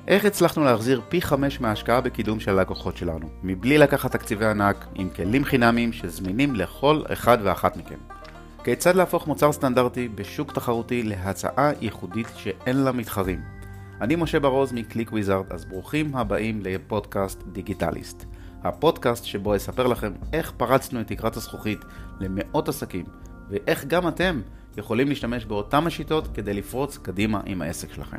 איך הצלחנו להחזיר פי 5 מההשקעה בקידום של הלקוחות שלנו, מבלי לקחת תקציבי ענק, עם כלים חינמיים שזמינים לכל אחד ואחת מכם? כיצד להפוך מוצר סטנדרטי בשוק תחרותי להצעה ייחודית שאין לה מתחרים? אני משה ברוז מקליק וויזארד, אז ברוכים הבאים לפודקאסט דיגיטליסט. הפודקאסט שבו אספר לכם איך פרצנו את תקרת הזכוכית למאות עסקים, ואיך גם אתם יכולים להשתמש באותן השיטות כדי לפרוץ קדימה עם העסק שלכם.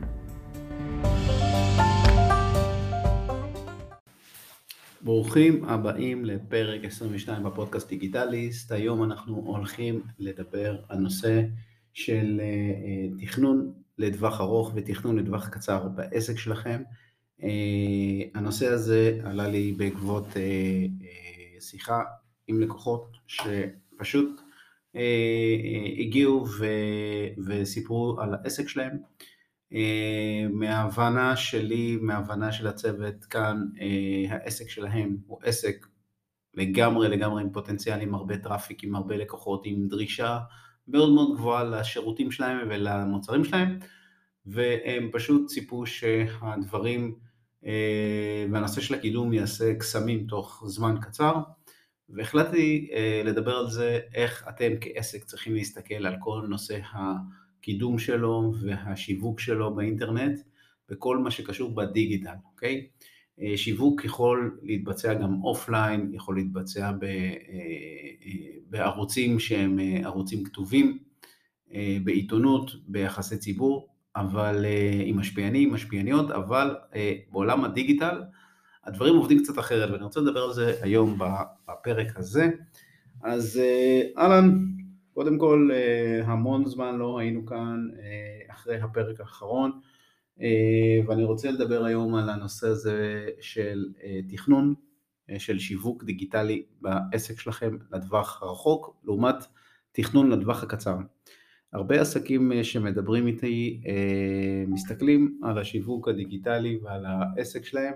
ברוכים הבאים לפרק 22 בפודקאסט דיגיטליסט. היום אנחנו הולכים לדבר על נושא של תכנון לטווח ארוך ותכנון לטווח קצר בעסק שלכם. הנושא הזה עלה לי בעקבות שיחה עם לקוחות שפשוט הגיעו וסיפרו על העסק שלהם. מההבנה שלי, מההבנה של הצוות כאן, העסק שלהם הוא עסק לגמרי עם פוטנציאל, עם הרבה טראפיק, עם הרבה לקוחות, עם דרישה מאוד מאוד גבוהה לשירותים שלהם ולמוצרים שלהם, והם פשוט ציפו שהדברים והנושא של הקידום יעשה קסמים תוך זמן קצר, והחלטתי לדבר על זה, איך אתם כעסק צריכים להסתכל על כל נושא הקידום שלו והשיווק שלו באינטרנט, בכל מה שקשור בדיגיטל, אוקיי? שיווק יכול להתבצע גם אופליין, יכול להתבצע בערוצים שהם ערוצים כתובים, בעיתונות, ביחסי ציבור, אבל עם משפיענים, משפיעניות, אבל בעולם הדיגיטל הדברים עובדים קצת אחרת, ואני רוצה לדבר על זה היום בפרק הזה. אז אהלן, קודם כל המון זמן לא היינו כאן אחרי הפרק האחרון, ואני רוצה לדבר היום על הנושא הזה של תכנון, של שיווק דיגיטלי בעסק שלכם לטווח הרחוק, לעומת תכנון לטווח הקצר. הרבה עסקים שמדברים איתי מסתכלים על השיווק הדיגיטלי ועל העסק שלהם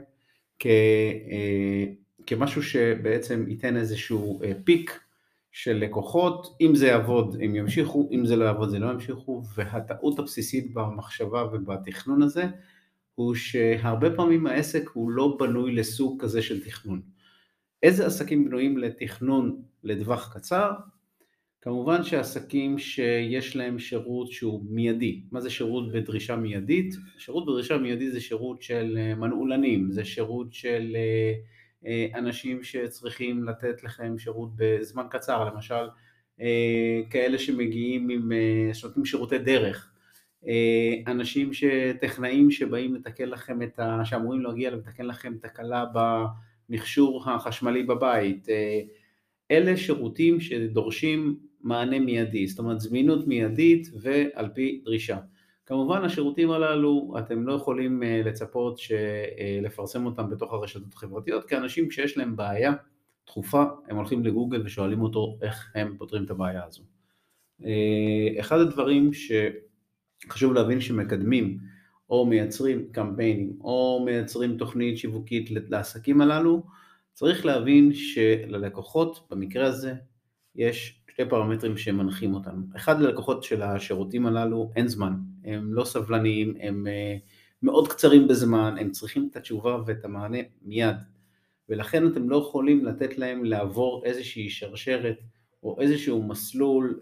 כמשהו שבעצם ייתן איזשהו פיק של לקוחות. אם זה יעבוד הם ימשיכו, אם זה לא יעבוד זה לא ימשיכו, והטעות הבסיסית במחשבה ובתכנון הזה הוא שהרבה פעמים העסק הוא לא בנוי לסוג כזה של תכנון. איזה עסקים בנויים לתכנון לטווח קצר? כמובן שעסקים שיש להם שירות שהוא מיידי. מה זה שירות בדרישה מיידית? שירות בדרישה מיידית זה שירות של מנעולנים, זה שירות של אנשים שצריכים לתת לכם שירות בזמן קצר, למשל כאלה שמגיעים שנותנים שירותי דרך, אנשים טכנאים שבאים לתקן לכם שאמורים להגיע לתקן לכם תקלה במכשור החשמלי בבית. אלה שירותים שדורשים מענה מיידי, זאת אומרת זמינות מיידית ועל פי דרישה. כמובן השירותים הללו אתם לא יכולים לצפות לפרסם אותם בתוך הרשתות החברתיות, כי אנשים שיש להם בעיה דחופה הם הולכים לגוגל ושואלים אותו איך הם פותרים את הבעיה הזו. אחד הדברים שחשוב להבין שמקדמים או מייצרים קמפיינים או מייצרים תוכנית שיווקית לעסקים הללו, צריך להבין שללקוחות במקרה הזה יש שתי פרמטרים שמנחים אותנו. אחד, ללקוחות של השירותים הללו אין זמן, הם לא סבלניים, הם מאוד קצרים בזמן, הם צריכים את התשובה ואת המענה מיד, ולכן אתם לא יכולים לתת להם לעבור איזושהי שרשרת או איזשהו מסלול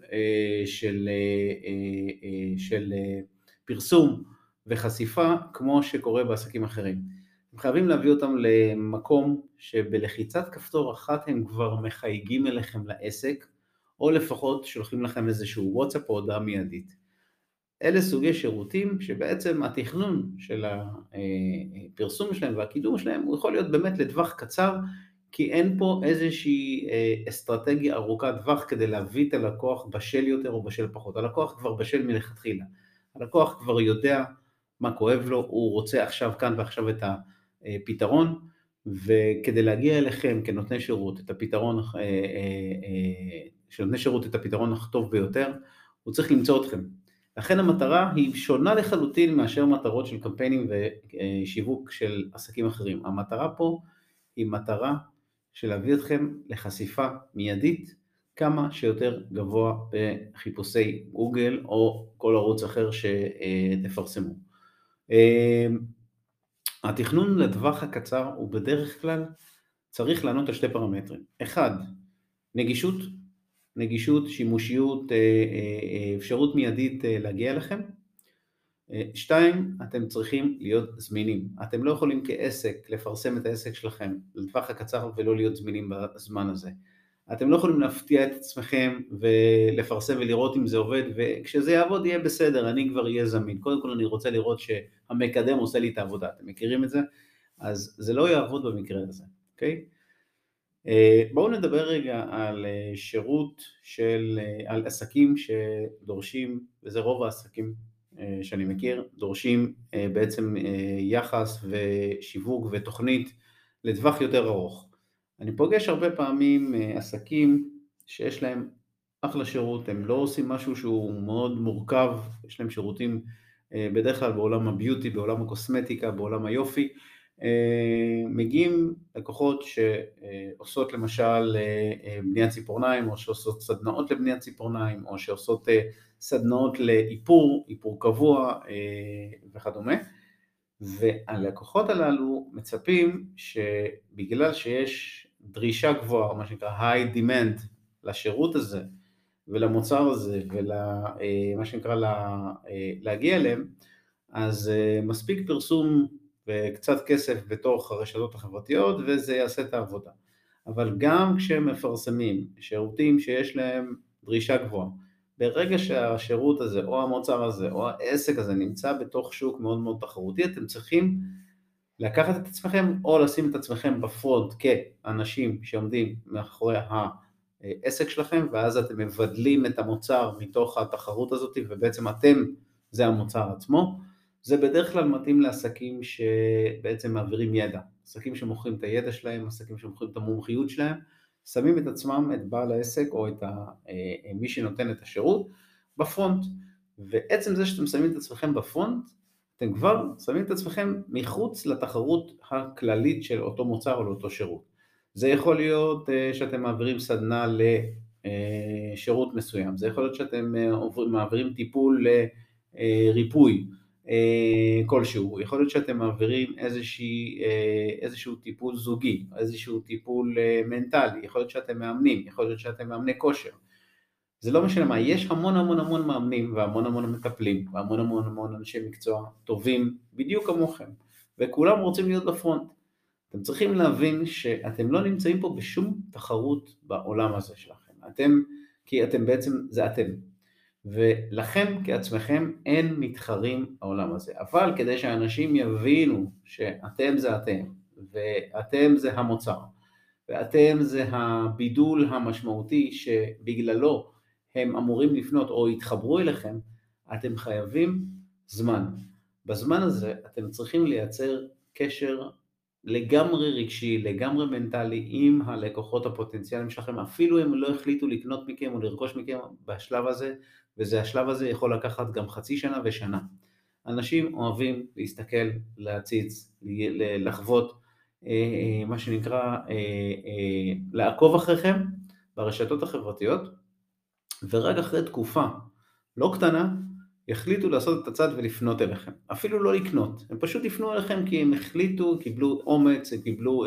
של פרסום וחשיפה כמו שקורה בעסקים אחרים. הם חייבים להביא אותם למקום שבלחיצת כפתור אחת הם כבר מחייגים אליכם לעסק, או לפחות שולחים לכם איזשהו וואטסאפ או הודעה מיידית. אלה סוגי שירותים שבעצם התכנון של הפרסום שלהם והקידום שלהם הוא יכול להיות באמת לטווח קצר, כי אין פה איזושהי אסטרטגיה ארוכת טווח כדי להביא את הלקוח בשל יותר או בשל פחות. הלקוח כבר בשל מלכתחילה, הלקוח כבר יודע מה כואב לו, הוא רוצה עכשיו כאן ועכשיו את הפתרון, וכדי להגיע אליכם כנותני שירות את הפתרון, שנותני שירות את הפתרון הטוב ביותר, הוא צריך למצוא אתכם. לכן המטרה היא שונה לחלוטין מאשר מטרות של קמפיינים ושיווק של עסקים אחרים. המטרה פה היא מטרה של להביא אתכם לחשיפה מיידית כמה שיותר גבוה בחיפושי גוגל או כל ערוץ אחר שתפרסמו. התכנון לטווח הקצר הוא בדרך כלל צריך לענות על שתי פרמטרים. אחד, נגישות, שימושיות, אפשרות מיידית להגיע אליכם. שתיים, אתם צריכים להיות זמינים. אתם לא יכולים כעסק לפרסם את העסק שלכם לטווח הקצר ולא להיות זמינים בזמן הזה. אתם לא יכולים להפתיע את עצמכם ולפרסם ולראות אם זה עובד, וכשזה יעבוד יהיה בסדר, אני כבר אהיה זמין. קודם כל אני רוצה לראות שהמקדם עושה לי את העבודה. אתם מכירים את זה? אז זה לא יעבוד במקרה הזה, אוקיי? בואו נדבר רגע על שירות על עסקים שדורשים, וזה רוב העסקים שאני מכיר, דורשים בעצם יחס ושיווק ותוכנית לטווח יותר ארוך. אני פוגש הרבה פעמים עסקים שיש להם אחלה שירות, הם לא עושים משהו שהוא מאוד מורכב, יש להם שירותים בדרך כלל בעולם הביוטי, בעולם הקוסמטיקה, בעולם היופי, מגיעים לקוחות שעושות למשל בניית ציפורניים, או שעושות סדנאות לבניית ציפורניים, או שעושות סדנאות לאיפור, איפור קבוע וכדומה, והלקוחות הללו מצפים שבגלל שיש דרישה גבוהה, או מה שנקרא high demand לשירות הזה, ולמוצר הזה, ומה שנקרא להגיע אליהם, אז מספיק פרסום וקצת כסף בתוך הרשתות החברתיות, וזה יעשה את העבודה. אבל גם כשהם מפרסמים שירותים שיש להם דרישה גבוהה, ברגע שהשירות הזה, או המוצר הזה, או העסק הזה נמצא בתוך שוק מאוד מאוד תחרותי, אתם צריכים לקחת את עצמכם, או לשים את עצמכם בפרונט כאנשים שעומדים מאחורי העסק שלכם, ואז אתם מבדלים את המוצר מתוך התחרות הזאת, ובעצם אתם זה המוצר עצמו. זה בדרך כלל מתאים לעסקים שבעצם מעבירים ידע, עסקים שמוכרים את הידע שלהם, עסקים שמוכרים את המומחיות שלהם, שמים את עצמם, את בעל העסק או את מי שנותן את השירות בפרונט, ועצם זה שאתם שמים את עצמכם בפרונט, אתם כבר שמים את עצמכם מחוץ לתחרות הכללית של אותו מוצר או לאותו שירות. זה יכול להיות שאתם מעבירים סדנה לשירות מסוים, זה יכול להיות שאתם מעבירים טיפול לריפוי כלשהו, יכול להיות שאתם מעבירים איזשהו טיפול זוגי, איזשהו טיפול מנטלי, יכול להיות שאתם מאמנים, יכול להיות שאתם מאמני כושר, זה לא משנה מה, יש המון המון המון מאמנים והמון המון מטפלים והמון המון המון אנשי מקצוע טובים בדיוק כמוכם, וכולם רוצים להיות בפרונט. אתם צריכים להבין שאתם לא נמצאים פה בשום תחרות בעולם הזה שלכם, כי אתם בעצם זה אתם, ולכם כעצמכם אין מתחרים העולם הזה, אבל כדי שאנשים יבינו שאתם זה אתם, ואתם זה המוצר, ואתם זה הבידול המשמעותי שבגללו הם אמורים לפנות או יתחברו אליכם, אתם חייבים זמן. בזמן הזה אתם צריכים לייצר קשר לגמרי רגשי, לגמרי מנטלי עם הלקוחות הפוטנציאליים שלכם, אפילו הם לא החליטו לקנות מכם או לרכוש מכם בשלב הזה, השלב הזה יכול לקחת גם חצי שנה ושנה. אנשים אוהבים להסתכל, להציץ, לחוות, מה שנקרא, לעקוב אחריכם ברשתות החברתיות, ורק אחרי תקופה לא קטנה, יחליטו לעשות את הצד ולפנות אליכם. אפילו לא לקנות, הם פשוט יפנו אליכם כי הם החליטו, קיבלו אומץ, הם קיבלו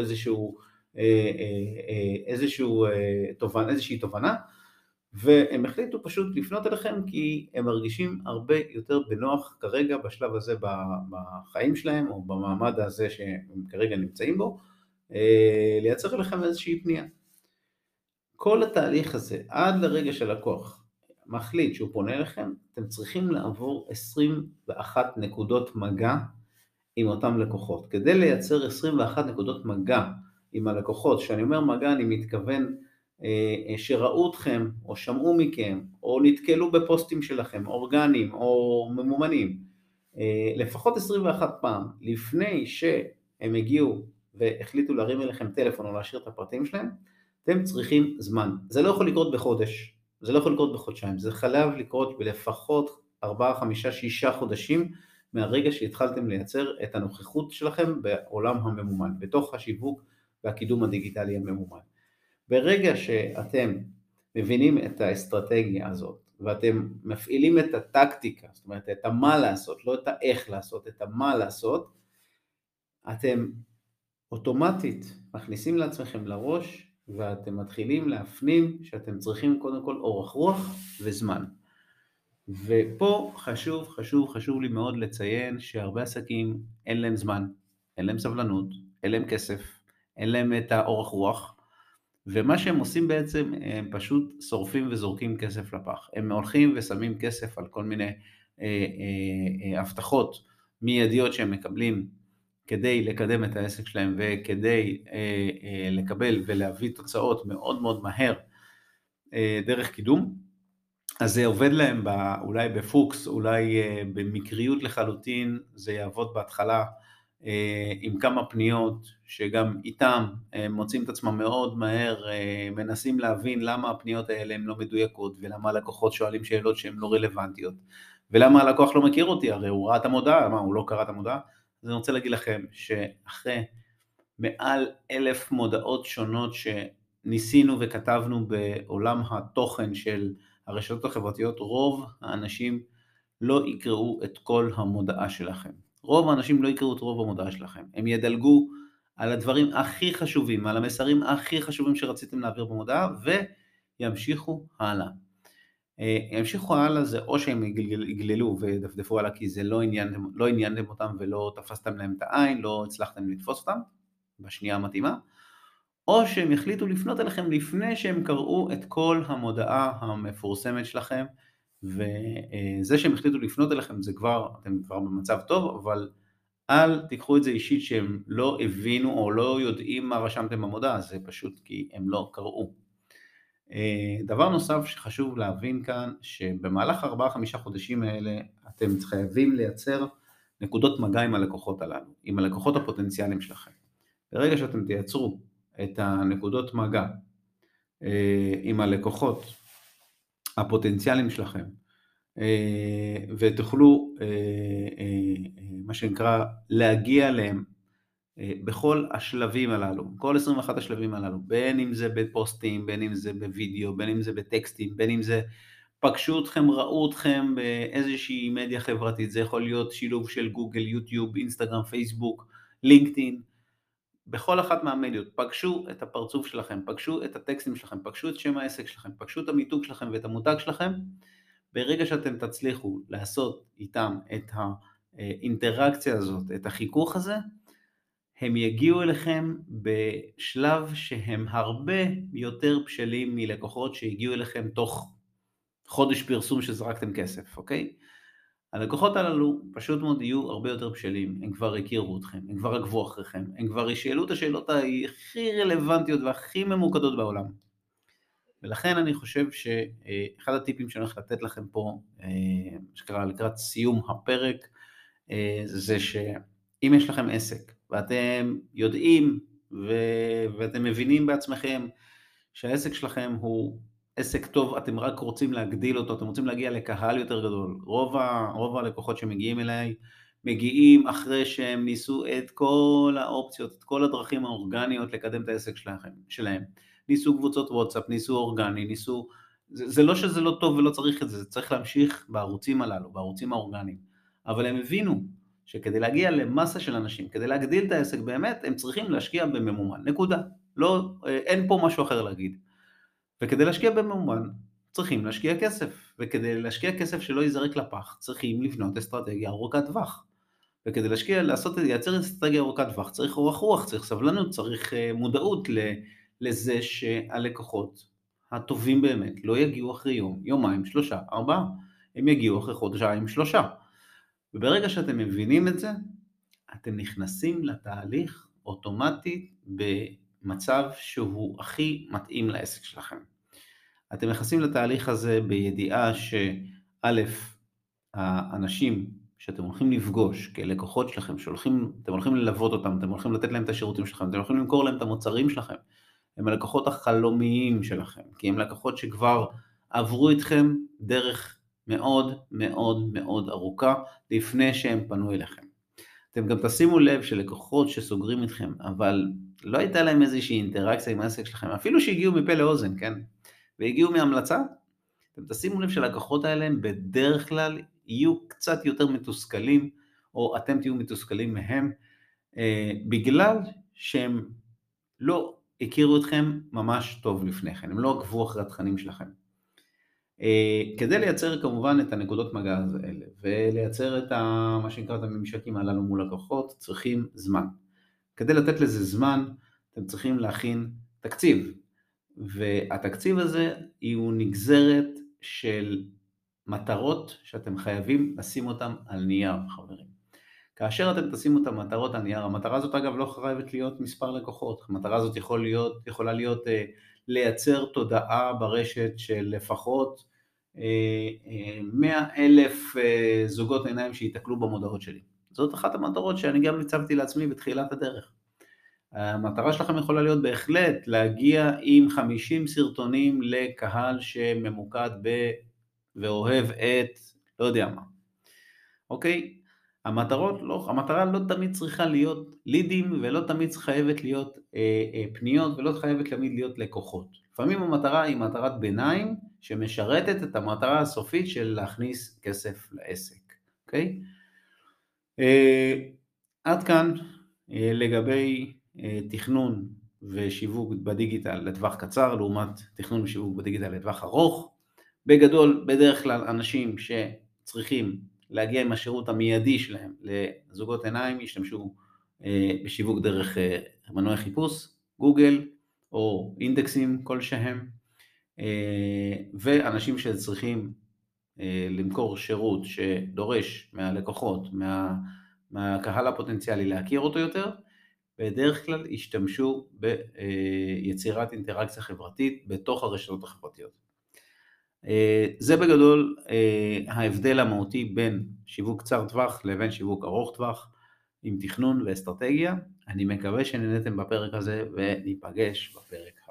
איזושהי תובנה, והם החליטו פשוט לפנות אליכם כי הם מרגישים הרבה יותר בנוח כרגע בשלב הזה בחיים שלהם, או במעמד הזה שהם כרגע נמצאים בו, לייצר אליכם איזושהי פנייה. כל התהליך הזה, עד לרגע שלקוח מחליט שהוא פונה אליכם, אתם צריכים לעבור 21 נקודות מגע עם אותם לקוחות. כדי לייצר 21 נקודות מגע עם הלקוחות, שאני אומר מגע, אני מתכוון שראו אתכם, או שמעו מכם, או נתקלו בפוסטים שלכם, אורגניים או ממומנים, לפחות 21 פעם, לפני שהם הגיעו והחליטו להרים אליכם טלפון או להשאיר את הפרטים שלהם, אתם צריכים זמן. זה לא יכול לקרות בחודש, זה לא יכול לקרות בחודשיים, זה חייב לקרות בלפחות 4, 5, 6 חודשים מהרגע שהתחלתם לייצר את הנוכחות שלכם בעולם הממומן, בתוך השיווק והקידום הדיגיטלי הממומן. ברגע שאתם מבינים את האסטרטגיה הזאת, ואתם מפעילים את הטקטיקה, זאת אומרת את המה לעשות, לא את האיך לעשות, את המה לעשות, אתם אוטומטית מכניסים לעצמכם לראש, ואתם מתחילים להפנים שאתם צריכים קודם כל אורך רוח וזמן. ופה חשוב לי מאוד לציין שהרבה עסקים אין להם זמן, אין להם סבלנות, אין להם כסף, אין להם את האורך רוח, ומה שהם עושים בעצם, הם פשוט שורפים וזורקים כסף לפח. הם הולכים ושמים כסף על כל מיני הבטחות מיידיות שהם מקבלים כדי לקדם את העסק שלהם וכדי לקבל ולהביא תוצאות מאוד מאוד מהר דרך קידום. אז זה עובד להם אולי בפוקס, אולי במקריות לחלוטין, זה יעבוד בהתחלה עם כמה פניות שגם איתם מוצאים את עצמם מאוד מהר, מנסים להבין למה הפניות האלה הן לא מדויקות, ולמה הלקוחות שואלים שאלות שהן לא רלוונטיות, ולמה הלקוח לא מכיר אותי, הרי הוא ראה את המודעה, מה, הוא לא קרא את המודעה? אז אני רוצה להגיד לכם שאחרי מעל 1,000 מודעות שונות שניסינו וכתבנו בעולם התוכן של הרשתות החברתיות, רוב האנשים לא יקראו את כל המודעה שלכם. רוב האנשים לא יקראו את רוב המודעה שלכם. הם ידלגו על הדברים הכי חשובים, על המסרים הכי חשובים שרציתם להעביר במודעה, וימשיכו הלאה. ימשיכו הלאה זה או שהם יגללו ודפדפו הלאה, כי זה לא עניינתם אותם ולא תפסתם להם את העין, לא הצלחתם לתפוס אותם בשנייה המתאימה, או שהם יחליטו לפנות אליכם לפני שהם קראו את כל המודעה המפורסמת שלכם, וזה שהם החליטו לפנות אליכם זה כבר, אתם כבר במצב טוב, אבל אל תיקחו את זה אישית שהם לא הבינו או לא יודעים מה רשמתם במודעה, זה פשוט כי הם לא קראו. דבר נוסף שחשוב להבין כאן, שבמהלך 4-5 חודשים האלה אתם חייבים לייצר נקודות מגע עם הלקוחות הללו, עם הלקוחות הפוטנציאליים שלכם. ברגע שאתם תייצרו את הנקודות מגע עם הלקוחות הפוטנציאליים שלכם, ותוכלו מה שנקרא להגיע אליהם בכל השלבים הללו, כל 21 השלבים הללו, בין אם זה בפוסטים, בין אם זה בווידאו, בין אם זה בטקסטים, בין אם זה פגשו אתכם, ראו אתכם באיזושהי מדיה חברתית, זה יכול להיות שילוב של גוגל, יוטיוב, אינסטגרם, פייסבוק, לינקדאין, בכל אחת מהמדיות, פגשו את הפרצוף שלכם, פגשו את הטקסטים שלכם, פגשו את שם העסק שלכם, פגשו את המיתוג שלכם ואת המותג שלכם, ברגע שאתם תצליחו לעשות איתם את האינטראקציה הזאת, את החיכוך הזה, הם יגיעו אליכם בשלב שהם הרבה יותר בשלים מלקוחות שהגיעו אליכם תוך חודש פרסום שזרקתם כסף, אוקיי? הלקוחות הללו פשוט מאוד יהיו הרבה יותר בשלים, הם כבר הכירו אתכם, הם כבר עקבו אחריכם, הם כבר ישאלו את השאלות הכי רלוונטיות והכי ממוקדות בעולם. ולכן אני חושב שאחד הטיפים שאני הולך לתת לכם פה, שקרה לקראת סיום הפרק, זה שאם יש לכם עסק, ואתם יודעים ואתם מבינים בעצמכם שהעסק שלכם הוא עסק טוב, אתם רק רוצים להגדיל אותו, אתם רוצים להגיע לקהל יותר גדול. רוב הלקוחות שמגיעים אליי, מגיעים אחרי שהם ניסו את כל האופציות, את כל הדרכים האורגניות לקדם את העסק שלהם. ניסו קבוצות וואטסאפ, ניסו אורגני, זה לא שזה לא טוב ולא צריך את זה, זה צריך להמשיך בערוצים הללו, בערוצים האורגניים. אבל הם הבינו שכדי להגיע למסה של אנשים, כדי להגדיל את העסק באמת, הם צריכים להשקיע בממומן, נקודה. לא, אין פה משהו אחר להגיד. וכדי להשקיע בממומן, צריכים להשקיע כסף. וכדי להשקיע כסף שלא ייזרק לפח, צריכים לבנות אסטרטגיה ארוכת טווח. וכדי לייצר אסטרטגיה ארוכת טווח, צריך אורך רוח, צריך סבלנות, צריך מודעות לזה שהלקוחות הטובים באמת לא יגיעו אחרי יום, יומיים, 3, 4, הם יגיעו אחרי חודשיים, 3. וברגע שאתם מבינים את זה, אתם נכנסים לתהליך אוטומטית במצב שהוא הכי מתאים לעסק שלכם. אתם נכנסים לתהליך הזה בידיעה שא', האנשים שאתם הולכים לפגוש כלקוחות שלכם, אתם הולכים ללוות אותם, אתם הולכים לתת להם את השירותים שלכם, אתם הולכים למכור להם את המוצרים שלכם, הם הלקוחות החלומיים שלכם, כי הם לקוחות שכבר עברו איתכם דרך מאוד מאוד מאוד ארוכה לפני שהם פנו אליכם. אתם גם תשימו לב שלקוחות שסוגרים איתכם, אבל לא הייתה להם איזושהי אינטראקציה עם העסק שלכם, אפילו שהגיעו מפה לאוזן, כן? והגיעו מהמלצה, אתם תשימו לב שלקוחות האלה הם בדרך כלל יהיו קצת יותר מתוסכלים, או אתם תהיו מתוסכלים מהם, בגלל שהם לא הכירו אתכם ממש טוב לפני כן, הם לא עקבו אחרי התכנים שלכם. כדי לייצר כמובן את הנקודות מגע האלה, ולייצר את מה שנקרא את הממשקים הללו מול לקוחות, צריכים זמן. כדי לתת לזה זמן, אתם צריכים להכין תקציב, והתקציב הזה הוא נגזרת של מטרות שאתם חייבים לשים אותם על נייר, חברים. כאשר אתם תשימו את המטרות על נייר, המטרה הזאת אגב לא חייבת להיות מספר לקוחות, המטרה הזאת יכולה להיות לייצר תודעה ברשת של לפחות 100,000 זוגות עיניים שיתקלו במודעות שלי. זאת אחת המטרות שאני גם הצבתי לעצמי בתחילת הדרך. המטרה שלכם יכולה להיות בהחלט להגיע עם 50 סרטונים לקהל שממוקד ואוהב את לא יודע מה. אוקיי? המטרה לא תמיד צריכה להיות לידים, ולא תמיד חייבת להיות פניות, ולא חייבת תמיד להיות לקוחות. לפעמים המטרה היא מטרת ביניים, שמשרתת את המטרה הסופית של להכניס כסף לעסק. אוקיי? עד כאן לגבי תכנון ושיווק בדיגיטל לטווח קצר, לעומת תכנון ושיווק בדיגיטל לטווח ארוך. בגדול, בדרך כלל אנשים שצריכים להגיע עם השירות המיידי שלהם לזוגות עיניים, ישתמשו בשיווק דרך מנועי חיפוש, גוגל או אינדקסים כלשהם, ואנשים שצריכים למכור שירות שדורש מהלקוחות, מהקהל הפוטנציאלי להכיר אותו יותר, בדרך כלל ישתמשו ביצירת אינטראקציה חברתית בתוך הרשתות החברתיות. זה בגדול ההבדל המהותי בין שיווק קצר טווח לבין שיווק ארוך טווח עם תכנון ואסטרטגיה. אני מקווה שנהנתם בפרק הזה וניפגש בפרק